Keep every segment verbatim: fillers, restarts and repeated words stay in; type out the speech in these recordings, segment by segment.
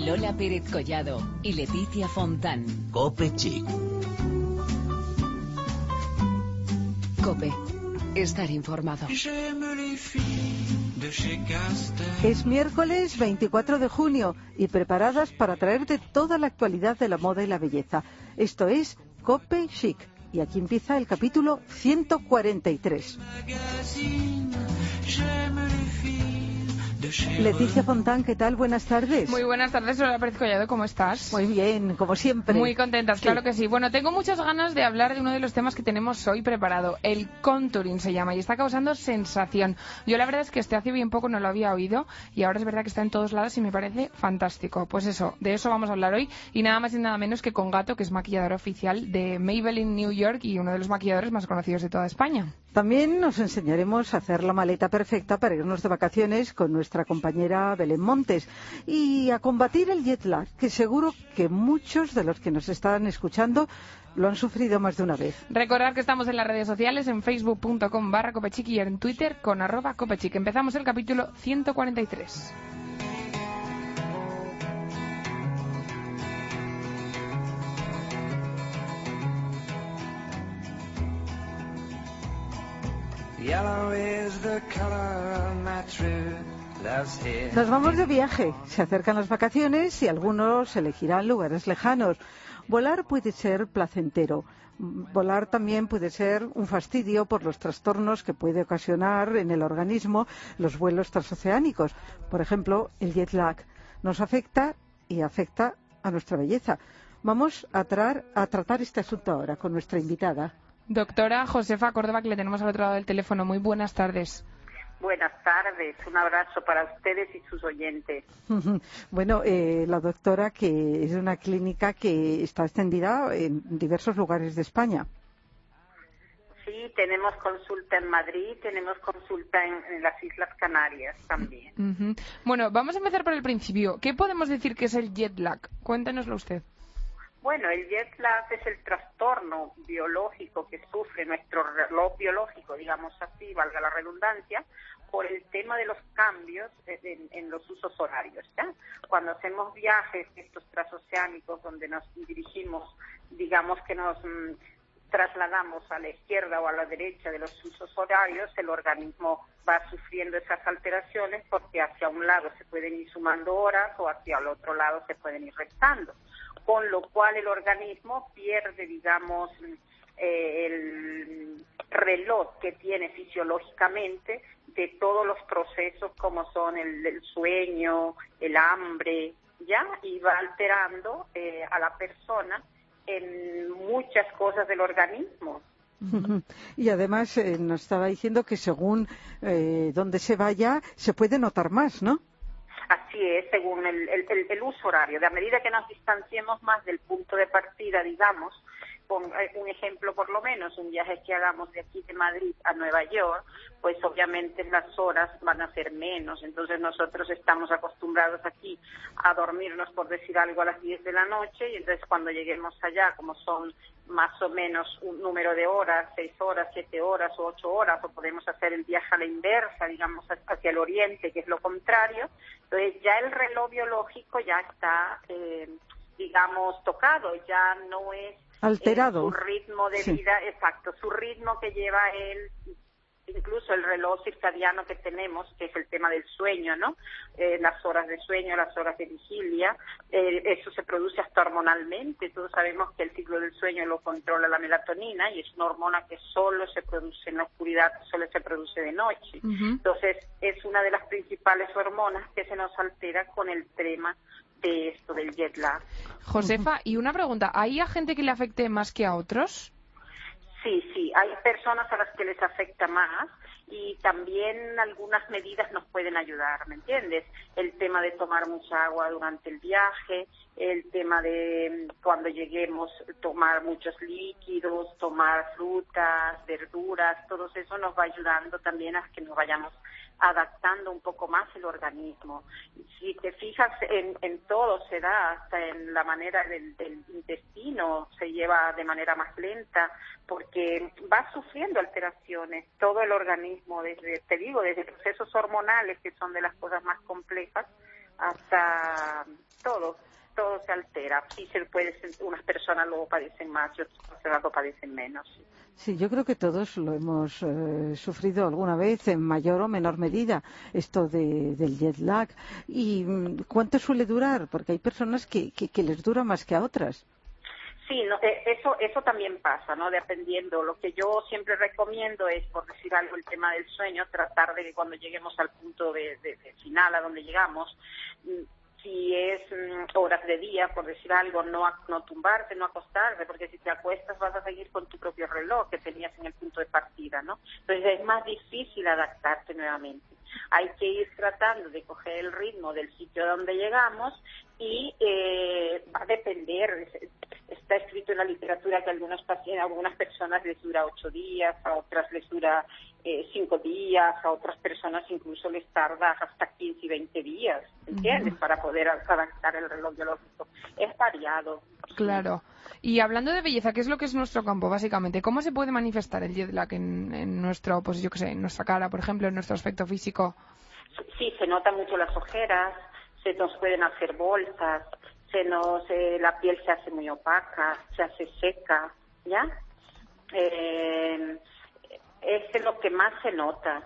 Lola Pérez Collado y Leticia Fontán. Cope Chic. Cope. Estar informado. Es miércoles veinticuatro de junio y preparadas para traerte toda la actualidad de la moda y la belleza. Esto es Cope Chic y aquí empieza el capítulo ciento cuarenta y tres. Leticia Fontán, ¿qué tal? Buenas tardes. Muy buenas tardes, Lola Pérez Collado, ¿cómo estás? Muy bien, como siempre. Muy contentas, sí. Claro que sí. Bueno, tengo muchas ganas de hablar de uno de los temas que tenemos hoy preparado. El contouring se llama y está causando sensación. Yo la verdad es que este hace bien poco no lo había oído y ahora es verdad que está en todos lados y me parece fantástico. Pues eso, de eso vamos a hablar hoy y nada más y nada menos que con Gato, que es maquilladora oficial de Maybelline New York y uno de los maquilladores más conocidos de toda España. También nos enseñaremos a hacer la maleta perfecta para irnos de vacaciones con nuestra compañera Belén Montes y a combatir el jet lag, que seguro que muchos de los que nos están escuchando lo han sufrido más de una vez. Recordad que estamos en las redes sociales, en facebook punto com barra copechic y en Twitter con arroba copechic. Empezamos el capítulo ciento cuarenta y tres. Nos vamos de viaje, se acercan las vacaciones y algunos elegirán lugares lejanos. Volar puede ser placentero. Volar también puede ser un fastidio por los trastornos que puede ocasionar en el organismo los vuelos transoceánicos. Por ejemplo, el jet lag nos afecta y afecta a nuestra belleza. Vamos a, tra- a tratar este asunto ahora con nuestra invitada. Doctora Josefa Córdoba, que le tenemos al otro lado del teléfono. Muy buenas tardes. Buenas tardes, un abrazo para ustedes y sus oyentes. Bueno, eh, la doctora, que es una clínica que está extendida en diversos lugares de España. Sí, tenemos consulta en Madrid, tenemos consulta en, en las Islas Canarias también. Uh-huh. Bueno, vamos a empezar por el principio. ¿Qué podemos decir que es el jet lag? Cuéntenoslo usted. Bueno, el jet lag es el trastorno biológico que sufre nuestro reloj biológico, digamos así, valga la redundancia, por el tema de los cambios en, en los usos horarios, ¿ya? Cuando hacemos viajes estos transoceánicos donde nos dirigimos, digamos que nos mmm, trasladamos a la izquierda o a la derecha de los usos horarios, el organismo va sufriendo esas alteraciones porque hacia un lado se pueden ir sumando horas o hacia el otro lado se pueden ir restando, con lo cual el organismo pierde, digamos, eh, el reloj que tiene fisiológicamente de todos los procesos como son el, el sueño, el hambre, ¿ya? Y va alterando eh, a la persona en muchas cosas del organismo. Y además eh, nos estaba diciendo que según eh, donde se vaya se puede notar más, ¿no? Así es, según el, el, el uso horario. De a medida que nos distanciemos más del punto de partida, digamos, con un ejemplo por lo menos, un viaje que hagamos de aquí de Madrid a Nueva York, pues obviamente las horas van a ser menos. Entonces nosotros estamos acostumbrados aquí a dormirnos, por decir algo, a las diez de la noche, y entonces cuando lleguemos allá, como son más o menos un número de horas, seis horas, siete horas o ocho horas, o podemos hacer el viaje a la inversa, digamos, hacia el oriente, que es lo contrario, entonces ya el reloj biológico ya está, eh, digamos, tocado, ya no es alterado. Eh, su ritmo de sí. vida, exacto, su ritmo que lleva él, incluso el reloj circadiano que tenemos, que es el tema del sueño, ¿no? Eh, las horas de sueño, las horas de vigilia, eh, eso se produce hasta hormonalmente. Todos sabemos que el ciclo del sueño lo controla la melatonina y es una hormona que solo se produce en la oscuridad, solo se produce de noche. Uh-huh. Entonces, es una de las principales hormonas que se nos altera con el tema de esto del jet lag. Josefa, y una pregunta, ¿hay a gente que le afecte más que a otros? Sí, sí, hay personas a las que les afecta más y también algunas medidas nos pueden ayudar, ¿me entiendes? El tema de tomar mucha agua durante el viaje, el tema de cuando lleguemos tomar muchos líquidos, tomar frutas, verduras, todo eso nos va ayudando también a que nos vayamos adaptando un poco más el organismo. Si te fijas, en, en todo se da, hasta en la manera del, del intestino se lleva de manera más lenta, porque va sufriendo alteraciones todo el organismo, desde, te digo, desde procesos hormonales, que son de las cosas más complejas, hasta todo, todo se altera. Sí se puede, unas personas lo padecen más y otras personas lo padecen menos. Sí. Sí, yo creo que todos lo hemos eh, sufrido alguna vez en mayor o menor medida, esto de, del jet lag. ¿Y cuánto suele durar? Porque hay personas que, que, que les dura más que a otras. Sí, no, eso eso también pasa, ¿no? Dependiendo. Lo que yo siempre recomiendo es, por decir algo, el tema del sueño, tratar de que cuando lleguemos al punto de, de, de final, a donde llegamos, si es mm, horas de día, por decir algo, no, no tumbarte, no acostarte, porque si te acuestas vas a seguir con tu propio reloj que tenías en el punto de partida, ¿no? Entonces es más difícil adaptarte nuevamente. Hay que ir tratando de coger el ritmo del sitio donde llegamos y eh, va a depender. Está escrito en la literatura que a algunos pacientes, a algunas personas les dura ocho días, a otras les dura eh, cinco días, a otras personas incluso les tarda hasta quince y veinte días, ¿entiendes? Uh-huh. Para poder adaptar el reloj biológico. Es variado. Claro. Y hablando de belleza, ¿qué es lo que es nuestro campo, básicamente? ¿Cómo se puede manifestar el jet lag en, en nuestro, pues yo qué sé, en nuestra cara, por ejemplo, en nuestro aspecto físico? Sí, se notan mucho las ojeras, se nos pueden hacer bolsas, se nos eh, la piel se hace muy opaca, se hace seca, ¿ya? Eh, es lo que más se nota.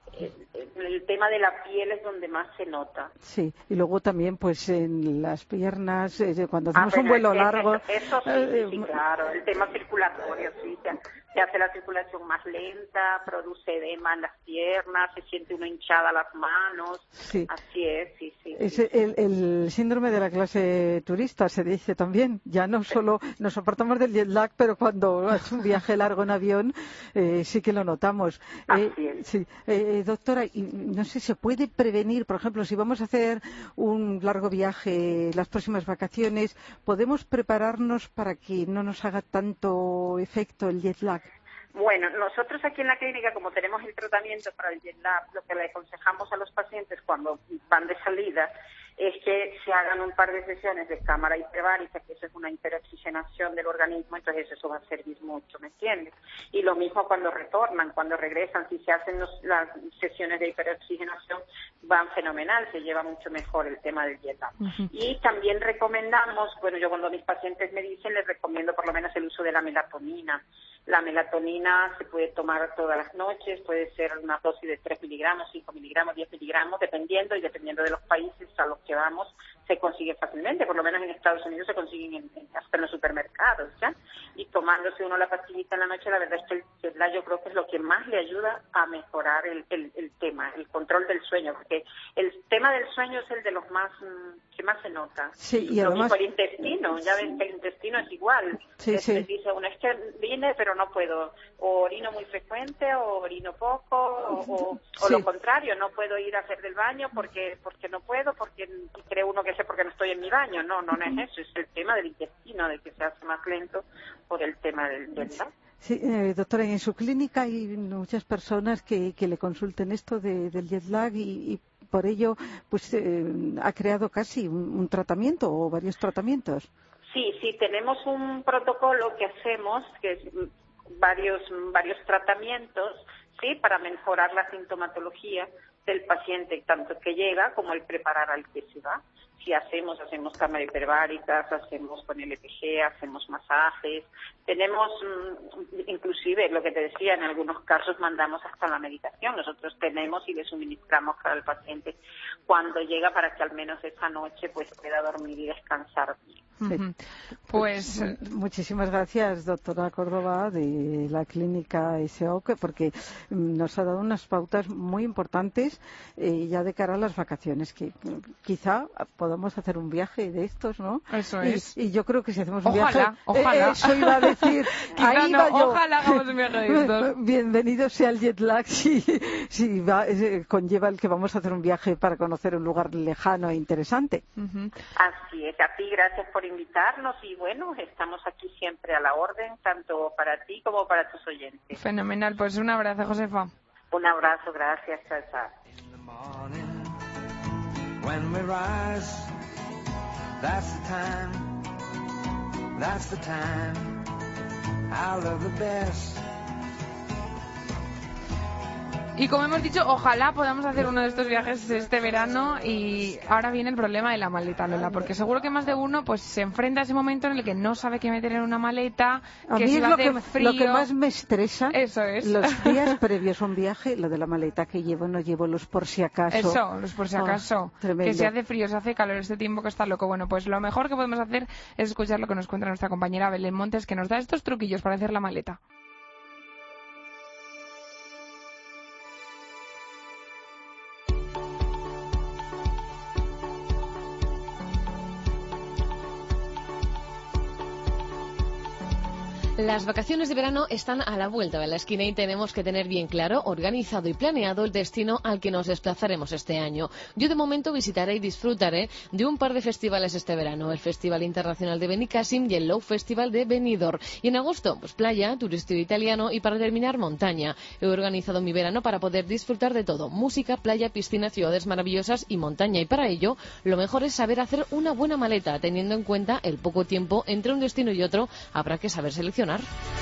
El tema de la piel es donde más se nota. Sí, y luego también pues en las piernas, eh, cuando hacemos ah, un vuelo eso, largo... Eso sí, eh, sí, claro, el tema circulatorio, sí, se, se hace la circulación más lenta, produce edema en las piernas, se siente uno hinchada las manos, sí. Así es, sí, sí. Es sí. El, el síndrome de la clase turista, se dice también, ya no solo nos soportamos del jet lag, pero cuando es un viaje largo en avión, eh, sí que lo notamos. Así eh, es. Sí, eh, doctora, y no sé, ¿se puede prevenir? Por ejemplo, si vamos a hacer un largo viaje las próximas vacaciones, ¿podemos prepararnos para que no nos haga tanto efecto el jet lag? Bueno, nosotros aquí en la clínica, como tenemos el tratamiento para el jet lag, lo que le aconsejamos a los pacientes cuando van de salida es que se hagan un par de sesiones de cámara hiperbárica, que eso es una hiperoxigenación del organismo, entonces eso va a servir mucho, ¿me entiendes? Y lo mismo cuando retornan, cuando regresan, si se hacen los, las sesiones de hiperoxigenación, van fenomenal, se lleva mucho mejor el tema del jet lag. Uh-huh. Y también recomendamos, bueno, yo cuando mis pacientes me dicen, les recomiendo por lo menos el uso de la melatonina. La melatonina se puede tomar todas las noches, puede ser una dosis de tres miligramos, cinco miligramos, diez miligramos, dependiendo y dependiendo de los países a los que vamos, se consigue fácilmente. Por lo menos en Estados Unidos se consiguen en, en, hasta en los supermercados, ¿ya? Y tomándose uno la pastillita en la noche, la verdad es que el jet lag yo creo que es lo que más le ayuda a mejorar el, el, el tema, el control del sueño, porque el tema del sueño es el de los más que más se nota. Sí, y lo además... mismo el intestino, ya ves que el intestino es igual. Sí, es, sí. Dice uno, es que vine pero no puedo, o orino muy frecuente, o orino poco, o, o, sí. o lo contrario, no puedo ir a hacer del baño porque porque no puedo, porque cree uno que es porque no estoy en mi baño. No, no, no es eso, es el tema del intestino, de que se hace más lento, o del tema del jet lag. Sí, eh, doctora, en su clínica hay muchas personas que, que le consulten esto de, del jet lag y, y por ello pues eh, ha creado casi un, un tratamiento o varios tratamientos. Sí, sí, tenemos un protocolo que hacemos, que es varios varios tratamientos, sí, para mejorar la sintomatología del paciente, tanto que llega como el preparar al que se va. Si hacemos, hacemos cámara hiperbáricas, hacemos con L P G, hacemos masajes, tenemos, inclusive, lo que te decía, en algunos casos mandamos hasta la medicación. Nosotros tenemos y le suministramos para el paciente cuando llega para que al menos esa noche pues pueda dormir y descansar bien. Sí. Pues muchísimas gracias, doctora Córdoba, de la clínica S O C, porque nos ha dado unas pautas muy importantes eh, ya de cara a las vacaciones, que quizá podamos hacer un viaje de estos, ¿no? Eso es. Y, y yo creo que si hacemos un ojalá, viaje... Ojalá, eh, Eso iba a decir. Ahí no, va yo. Ojalá hagamos un viaje de estos. Bienvenido sea el jet lag si, si va, eh, conlleva el que vamos a hacer un viaje para conocer un lugar lejano e interesante. Uh-huh. Así es. A ti gracias por invitarnos y bueno, estamos aquí siempre a la orden, tanto para ti como para tus oyentes. Fenomenal, pues un abrazo, Josefa. Un abrazo, gracias, chao, chao. When we rise, that's the time, that's the time, I love the best. Y como hemos dicho, ojalá podamos hacer uno de estos viajes este verano. Y ahora viene el problema de la maleta, Lola, porque seguro que más de uno pues se enfrenta a ese momento en el que no sabe qué meter en una maleta, a que mí si es va a lo hacer que, frío. lo que más me estresa, Eso es. los días previos a un viaje, lo de la maleta que llevo, no llevo los por si acaso. Eso, los por si acaso. Oh, tremendo. Que si hace frío, si hace calor, este tiempo que está loco. Bueno, pues lo mejor que podemos hacer es escuchar lo que nos cuenta nuestra compañera Belén Montes, que nos da estos truquillos para hacer la maleta. Las vacaciones de verano están a la vuelta de la esquina y tenemos que tener bien claro, organizado y planeado el destino al que nos desplazaremos este año. Yo de momento visitaré y disfrutaré de un par de festivales este verano, el Festival Internacional de Benicàssim y el Low Festival de Benidorm. Y en agosto, pues playa, turismo italiano y para terminar, montaña. He organizado mi verano para poder disfrutar de todo, música, playa, piscina, ciudades maravillosas y montaña. Y para ello, lo mejor es saber hacer una buena maleta, teniendo en cuenta el poco tiempo entre un destino y otro, habrá que saber seleccionar.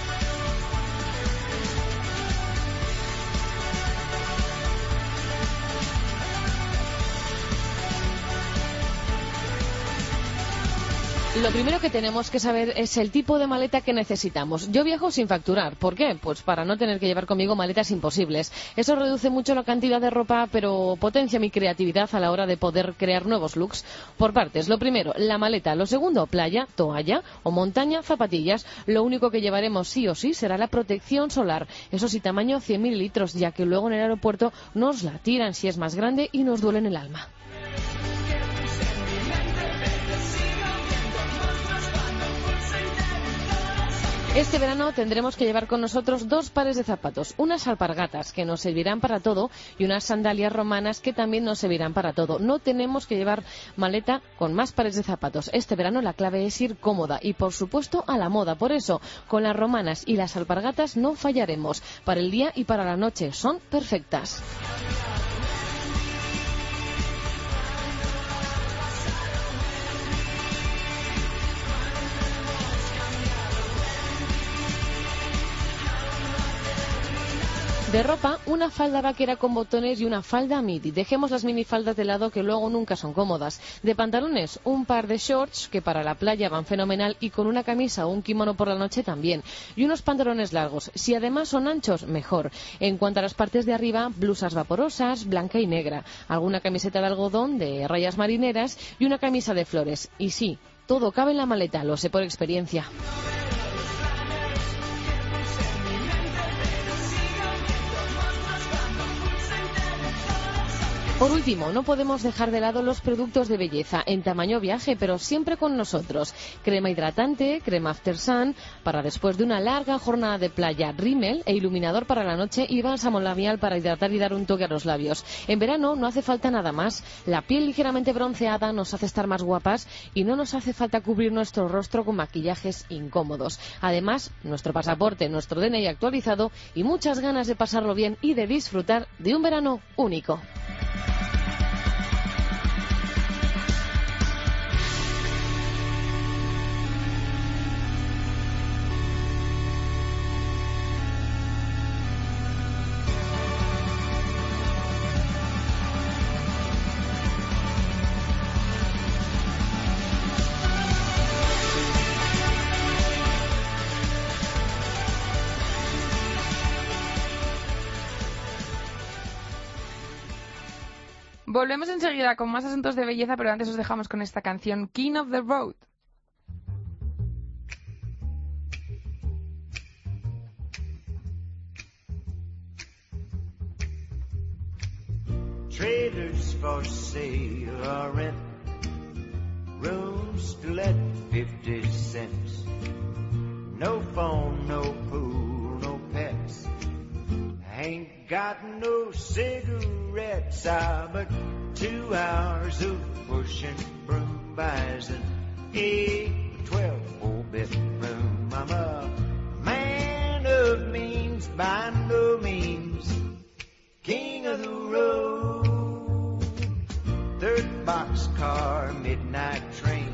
Lo primero que tenemos que saber es el tipo de maleta que necesitamos. Yo viajo sin facturar. ¿Por qué? Pues para no tener que llevar conmigo maletas imposibles. Eso reduce mucho la cantidad de ropa, pero potencia mi creatividad a la hora de poder crear nuevos looks. Por partes. Lo primero, la maleta. Lo segundo, playa, toalla o montaña, zapatillas. Lo único que llevaremos sí o sí será la protección solar. Eso sí, tamaño cien mililitros, ya que luego en el aeropuerto nos la tiran si es más grande y nos duele en el alma. Este verano tendremos que llevar con nosotros dos pares de zapatos, unas alpargatas que nos servirán para todo y unas sandalias romanas que también nos servirán para todo. No tenemos que llevar maleta con más pares de zapatos. Este verano la clave es ir cómoda y, por supuesto, a la moda. Por eso, con las romanas y las alpargatas no fallaremos. Para el día y para la noche son perfectas. De ropa, una falda vaquera con botones y una falda midi. Dejemos las minifaldas de lado que luego nunca son cómodas. De pantalones, un par de shorts que para la playa van fenomenal y con una camisa o un kimono por la noche también. Y unos pantalones largos. Si además son anchos, mejor. En cuanto a las partes de arriba, blusas vaporosas, blanca y negra. Alguna camiseta de algodón de rayas marineras y una camisa de flores. Y sí, todo cabe en la maleta, lo sé por experiencia. Por último, no podemos dejar de lado los productos de belleza en tamaño viaje, pero siempre con nosotros. Crema hidratante, crema After Sun, para después de una larga jornada de playa, rímel e iluminador para la noche y bálsamo labial para hidratar y dar un toque a los labios. En verano no hace falta nada más. La piel ligeramente bronceada nos hace estar más guapas y no nos hace falta cubrir nuestro rostro con maquillajes incómodos. Además, nuestro pasaporte, nuestro D N I actualizado y muchas ganas de pasarlo bien y de disfrutar de un verano único. Volvemos enseguida con más asuntos de belleza, pero antes os dejamos con esta canción, King of the Road. Trailers for sale or rent, rooms to let fifty cents. No phone, no pool, no pets. Ain't got no cigarettes, ah, but two hours of pushing broom buys an eight, twelve, four-bedroom. I'm a man of means, by no means king of the road. Third boxcar, midnight train,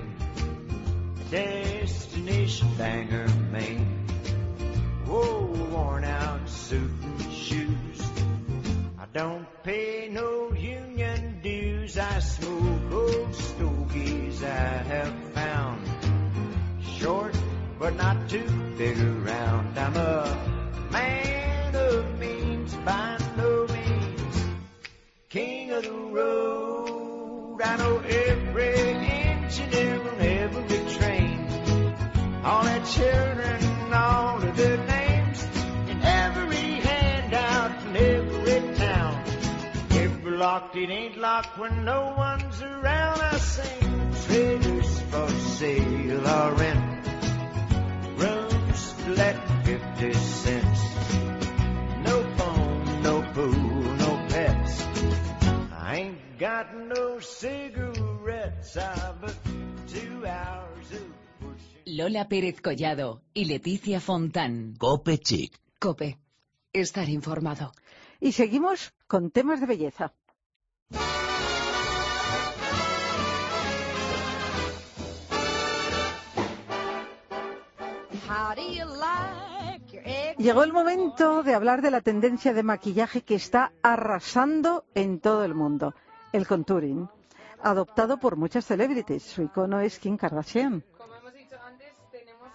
destination Bangor, Maine. Whoa, worn out suit and shoes. don't pay no union dues. I smoke old stogies I have found. Short, but not too big around. I'm a man of means by no means. King of the road. I know every engineer on every train. All their children and all of their names. And every handout in every town. If locked, it ain't locked when no one's around. I sing trailers for sale or rent. Rooms let fifty cents. No phone, no pool, no pets. I ain't got no cigarettes. I but two hours of pushing. Lola Pérez Collado y Leticia Fontán. Cope Chic. Cope. Estar informado. Y seguimos con temas de belleza. Llegó el momento de hablar de la tendencia de maquillaje que está arrasando en todo el mundo, el contouring, adoptado por muchas celebrities. Su icono es Kim Kardashian. Como hemos dicho antes, tenemos...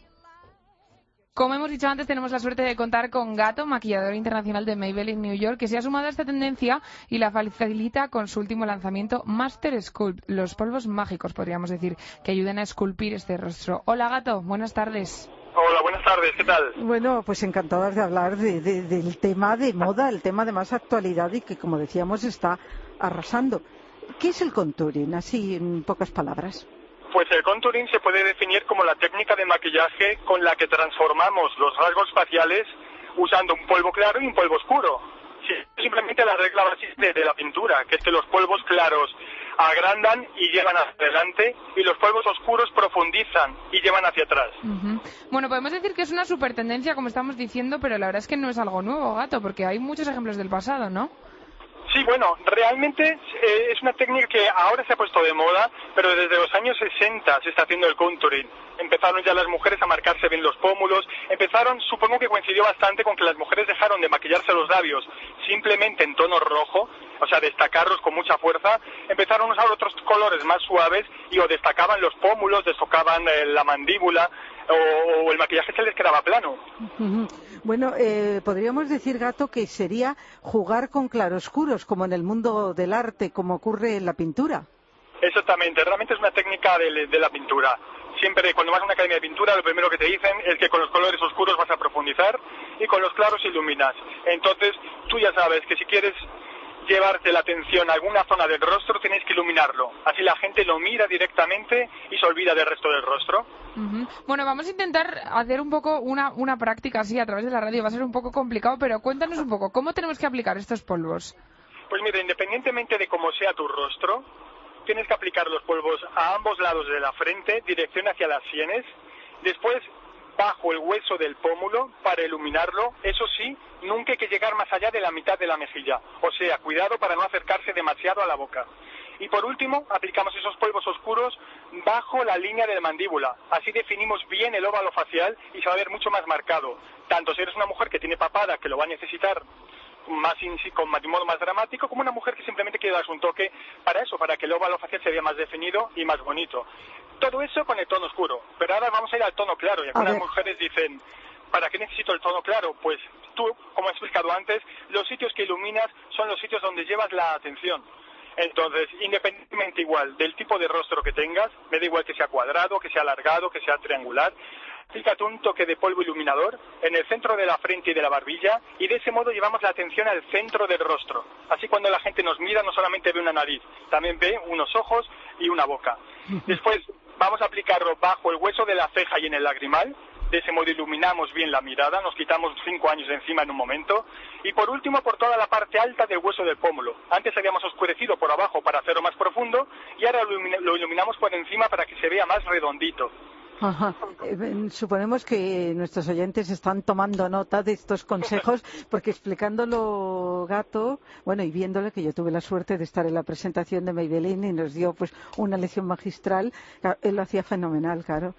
Como hemos dicho antes, tenemos la suerte de contar con Gato, maquillador internacional de Maybelline New York, que se ha sumado a esta tendencia y la facilita con su último lanzamiento, Master Sculpt, los polvos mágicos, podríamos decir, que ayudan a esculpir este rostro. Hola, Gato, buenas tardes. Hola, buenas tardes, ¿qué tal? Bueno, pues encantadas de hablar de, de, del tema de moda, el tema de más actualidad y que, como decíamos, está arrasando. ¿Qué es el contouring, así en pocas palabras? Pues el contouring se puede definir como la técnica de maquillaje con la que transformamos los rasgos faciales usando un polvo claro y un polvo oscuro. Sí, simplemente la regla básica de la pintura, que es que los polvos claros agrandan y llevan hacia adelante y los polvos oscuros profundizan y llevan hacia atrás. Uh-huh. Bueno, podemos decir que es una super tendencia, como estamos diciendo, pero la verdad es que no es algo nuevo, Gato, porque hay muchos ejemplos del pasado, ¿no? Sí, bueno, realmente eh, es una técnica que ahora se ha puesto de moda, pero desde los años sesenta se está haciendo el contouring. Empezaron ya las mujeres a marcarse bien los pómulos, empezaron, supongo que coincidió bastante con que las mujeres dejaron de maquillarse los labios simplemente en tono rojo, o sea, destacarlos con mucha fuerza, empezaron a usar otros colores más suaves y o destacaban los pómulos, destacaban eh, la mandíbula, o, o el maquillaje se les quedaba plano. Uh-huh. Bueno, eh, podríamos decir, Gato, que sería jugar con claroscuros, como en el mundo del arte, como ocurre en la pintura. Exactamente, realmente es una técnica de, de la pintura. Siempre cuando vas a una academia de pintura, lo primero que te dicen es que con los colores oscuros vas a profundizar y con los claros iluminas. Entonces, tú ya sabes que si quieres llevarte la atención a alguna zona del rostro, tienes que iluminarlo. Así la gente lo mira directamente y se olvida del resto del rostro. Uh-huh. Bueno, vamos a intentar hacer un poco una, una práctica así a través de la radio. Va a ser un poco complicado, pero cuéntanos un poco, ¿cómo tenemos que aplicar estos polvos? Pues mira, independientemente de cómo sea tu rostro, tienes que aplicar los polvos a ambos lados de la frente, dirección hacia las sienes, después bajo el hueso del pómulo para iluminarlo. Eso sí, nunca hay que llegar más allá de la mitad de la mejilla, o sea, cuidado para no acercarse demasiado a la boca. Y por último, aplicamos esos polvos oscuros bajo la línea de la mandíbula. Así definimos bien el óvalo facial y se va a ver mucho más marcado. Tanto si eres una mujer que tiene papada, que lo va a necesitar más in, con modo más dramático, como una mujer que simplemente quiere darse un toque para eso, para que el óvalo facial se vea más definido y más bonito. Todo eso con el tono oscuro. Pero ahora vamos a ir al tono claro. Y algunas mujeres dicen, ¿para qué necesito el tono claro? Pues tú, como he explicado antes, los sitios que iluminas son los sitios donde llevas la atención. Entonces, independientemente igual del tipo de rostro que tengas, me da igual que sea cuadrado, que sea alargado, que sea triangular, aplícate un toque de polvo iluminador en el centro de la frente y de la barbilla y de ese modo llevamos la atención al centro del rostro. Así cuando la gente nos mira no solamente ve una nariz, también ve unos ojos y una boca. Después vamos a aplicarlo bajo el hueso de la ceja y en el lagrimal. De ese modo iluminamos bien la mirada, nos quitamos cinco años de encima en un momento. Y por último, por toda la parte alta del hueso del pómulo. Antes habíamos oscurecido por abajo para hacerlo más profundo y ahora lo iluminamos por encima para que se vea más redondito. Ajá. Eh, suponemos que nuestros oyentes están tomando nota de estos consejos, porque explicándolo Gato, bueno, y viéndole, que yo tuve la suerte de estar en la presentación de Maybelline y nos dio pues una lección magistral, él lo hacía fenomenal, claro.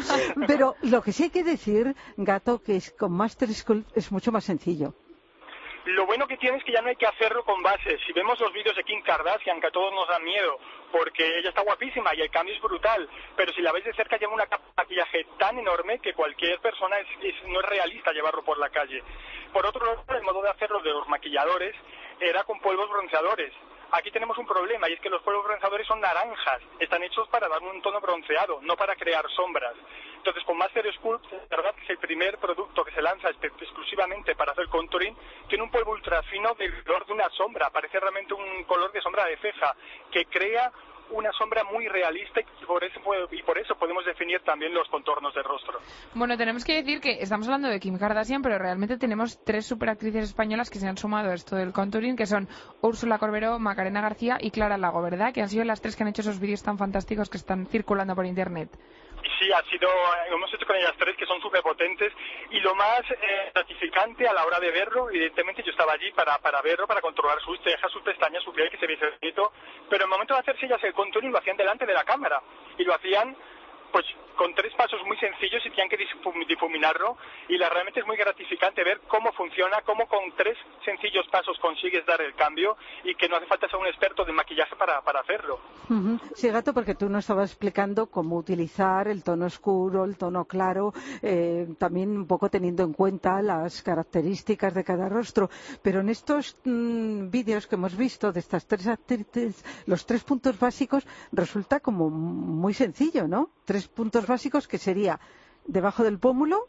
Pero lo que sí hay que decir, Gato, que es con Master Sculpt es mucho más sencillo. Lo bueno que tiene es que ya no hay que hacerlo con base. Si vemos los vídeos de Kim Kardashian, que a todos nos dan miedo, porque ella está guapísima y el cambio es brutal, pero si la veis de cerca lleva una capa de maquillaje tan enorme que cualquier persona es, es, no es realista llevarlo por la calle. Por otro lado, el modo de hacerlo de los maquilladores era con polvos bronceadores. Aquí tenemos un problema, y es que los polvos bronceadores son naranjas, están hechos para dar un tono bronceado, no para crear sombras. Entonces, con Master Sculpt, la verdad que es el primer producto que se lanza exclusivamente para hacer contouring, tiene un polvo ultra fino del color de una sombra, parece realmente un color de sombra de ceja, que crea una sombra muy realista y por eso y por eso podemos definir también los contornos del rostro. Bueno, tenemos que decir que estamos hablando de Kim Kardashian, pero realmente tenemos tres superactrices españolas que se han sumado a esto del contouring, que son Úrsula Corberó, Macarena García y Clara Lago, ¿verdad? Que han sido las tres que han hecho esos vídeos tan fantásticos que están circulando por internet. Sí, ha sido, hemos hecho con ellas tres que son súper potentes y lo más eh, gratificante a la hora de verlo, evidentemente yo estaba allí para, para verlo, para controlar sus cejas, sus pestañas, su piel, que se viese bonito, pero en el momento de hacerse ellas el contouring lo hacían delante de la cámara y lo hacían pues con tres pasos muy sencillos y tenían que difuminarlo y la, realmente es muy gratificante ver cómo funciona, cómo con tres sencillos pasos consigues dar el cambio y que no hace falta ser un experto de maquillaje para, para hacerlo. Uh-huh. Sí, Gato, porque tú nos estabas explicando cómo utilizar el tono oscuro, el tono claro, eh, también un poco teniendo en cuenta las características de cada rostro, pero en estos mmm, vídeos que hemos visto de estas tres actrices, los tres puntos básicos resulta como muy sencillo, ¿no? Tres puntos básicos que sería debajo del pómulo,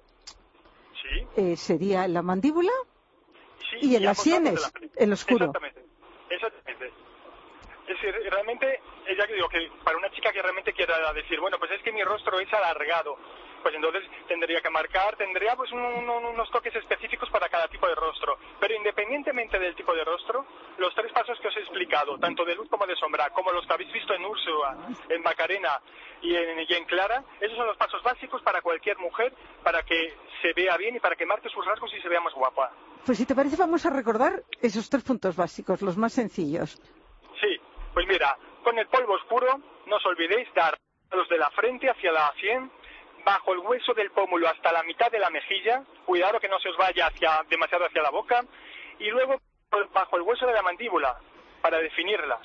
sí. eh, sería en la mandíbula sí, y en las sienes, el oscuro. Exactamente, exactamente. Es decir, realmente, ya que digo que para una chica que realmente quiera decir, bueno, pues es que mi rostro es alargado, pues entonces tendría que marcar, tendría pues un, un, unos toques específicos para cada tipo de rostro. Pero independientemente del tipo de rostro, los tres pasos que os he explicado, tanto de luz como de sombra, como los que habéis visto en Úrsula, en Macarena y en, y en Clara, esos son los pasos básicos para cualquier mujer, para que se vea bien y para que marque sus rasgos y se vea más guapa. Pues si te parece vamos a recordar esos tres puntos básicos, los más sencillos. Sí, pues mira, con el polvo oscuro no os olvidéis dar los de la frente hacia la sien, bajo el hueso del pómulo hasta la mitad de la mejilla, cuidado que no se os vaya hacia, demasiado hacia la boca, y luego bajo el hueso de la mandíbula, para definirla.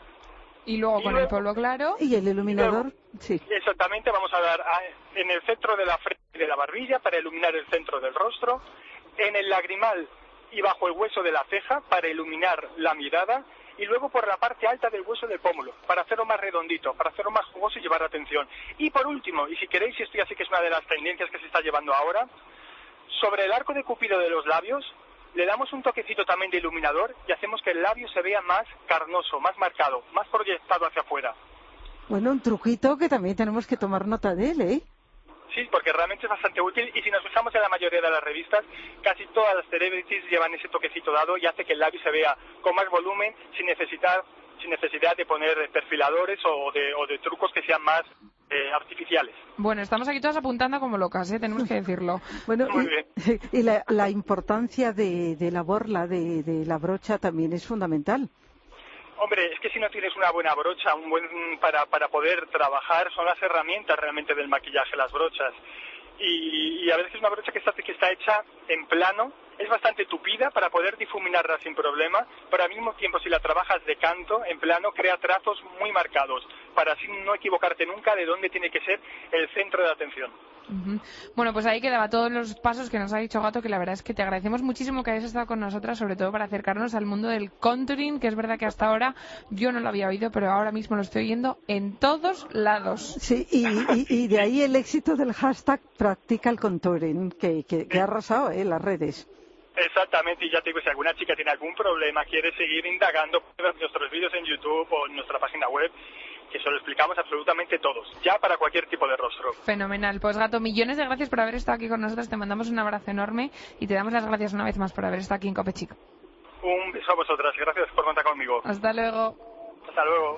Y luego y con luego, el polvo claro. ¿Y el iluminador? Luego, sí. Exactamente, vamos a dar a, en el centro de la frente y de la barbilla para iluminar el centro del rostro, en el lagrimal y bajo el hueso de la ceja para iluminar la mirada, y luego por la parte alta del hueso del pómulo, para hacerlo más redondito, para hacerlo más jugoso y llevar atención. Y por último, y si queréis, y esto ya sí que es una de las tendencias que se está llevando ahora, sobre el arco de cupido de los labios, le damos un toquecito también de iluminador y hacemos que el labio se vea más carnoso, más marcado, más proyectado hacia afuera. Bueno, un truquito que también tenemos que tomar nota de él, ¿eh? Sí, porque realmente es bastante útil y si nos fijamos en la mayoría de las revistas, casi todas las celebrities llevan ese toquecito dado y hace que el labio se vea con más volumen sin necesitar, sin necesidad de poner perfiladores o de, o de trucos que sean más eh, artificiales. Bueno, estamos aquí todas apuntando como locas, ¿eh? Tenemos que decirlo. Bueno, Muy y, bien. y la, la importancia de, de la borla, de, de la brocha también es fundamental. Hombre, es que si no tienes una buena brocha, un buen para, para poder trabajar, son las herramientas realmente del maquillaje, las brochas. Y, y a veces una brocha que está, que está hecha en plano es bastante tupida para poder difuminarla sin problema, pero al mismo tiempo si la trabajas de canto, en plano, crea trazos muy marcados, para así no equivocarte nunca de dónde tiene que ser el centro de atención. Uh-huh. Bueno, pues ahí quedaba todos los pasos que nos ha dicho Gato, que la verdad es que te agradecemos muchísimo que hayas estado con nosotras, sobre todo para acercarnos al mundo del contouring, que es verdad que hasta ahora yo no lo había oído, pero ahora mismo lo estoy oyendo en todos lados. Sí, y, y, y de ahí el éxito del hashtag Practica el Contouring, que, que, que ha arrasado en ¿eh? las redes. Exactamente, y ya te digo, si alguna chica tiene algún problema, quiere seguir indagando, puede ver nuestros vídeos en YouTube o en nuestra página web, que se lo explicamos absolutamente todos, ya para cualquier tipo de rostro. Fenomenal. Pues Gato, millones de gracias por haber estado aquí con nosotros, te mandamos un abrazo enorme y te damos las gracias una vez más por haber estado aquí en Copechic. Un beso a vosotras, gracias por contar conmigo. Hasta luego. Hasta luego.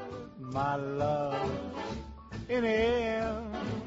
My love in him.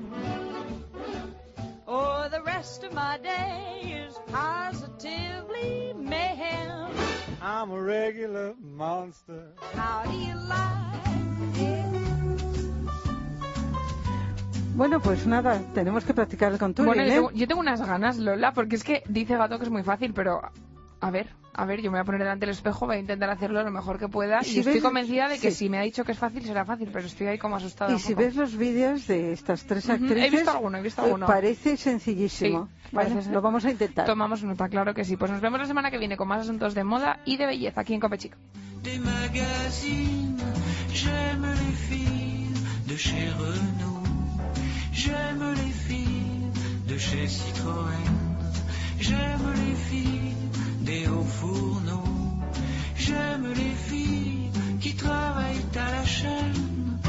Oh, the rest of my day is positively mayhem. I'm a regular monster. How do you like it? Bueno, pues nada, tenemos que practicar el contouring, Bueno, ¿eh? yo tengo, yo tengo unas ganas, Lola, porque es que dice Gato que es muy fácil, pero A ver, a ver, yo me voy a poner delante del espejo, voy a intentar hacerlo lo mejor que pueda. ¿Y Y, si estoy ves- convencida de que sí. si me ha dicho que es fácil, será fácil, pero estoy ahí como asustada. Y un si poco. ves los vídeos de estas tres Ujú, he actrices, visto alguno, he visto eh, alguno. parece sencillísimo. Sí, ¿Vale? parece ser- Lo vamos a intentar. Tomamos nota, claro que sí. Pues nos vemos la semana que viene con más asuntos de moda y de belleza aquí en Copechic. Des magazines, j'aime les filles de chez Renault, j'aime les filles de chez Citroën, j'aime les filles des hauts fourneaux, j'aime les filles qui travaillent à la chaîne.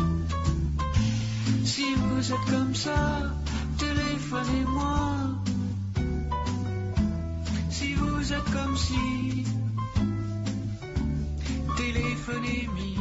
Si vous êtes comme ça, téléphonez-moi. Si vous êtes comme si, téléphonez-moi.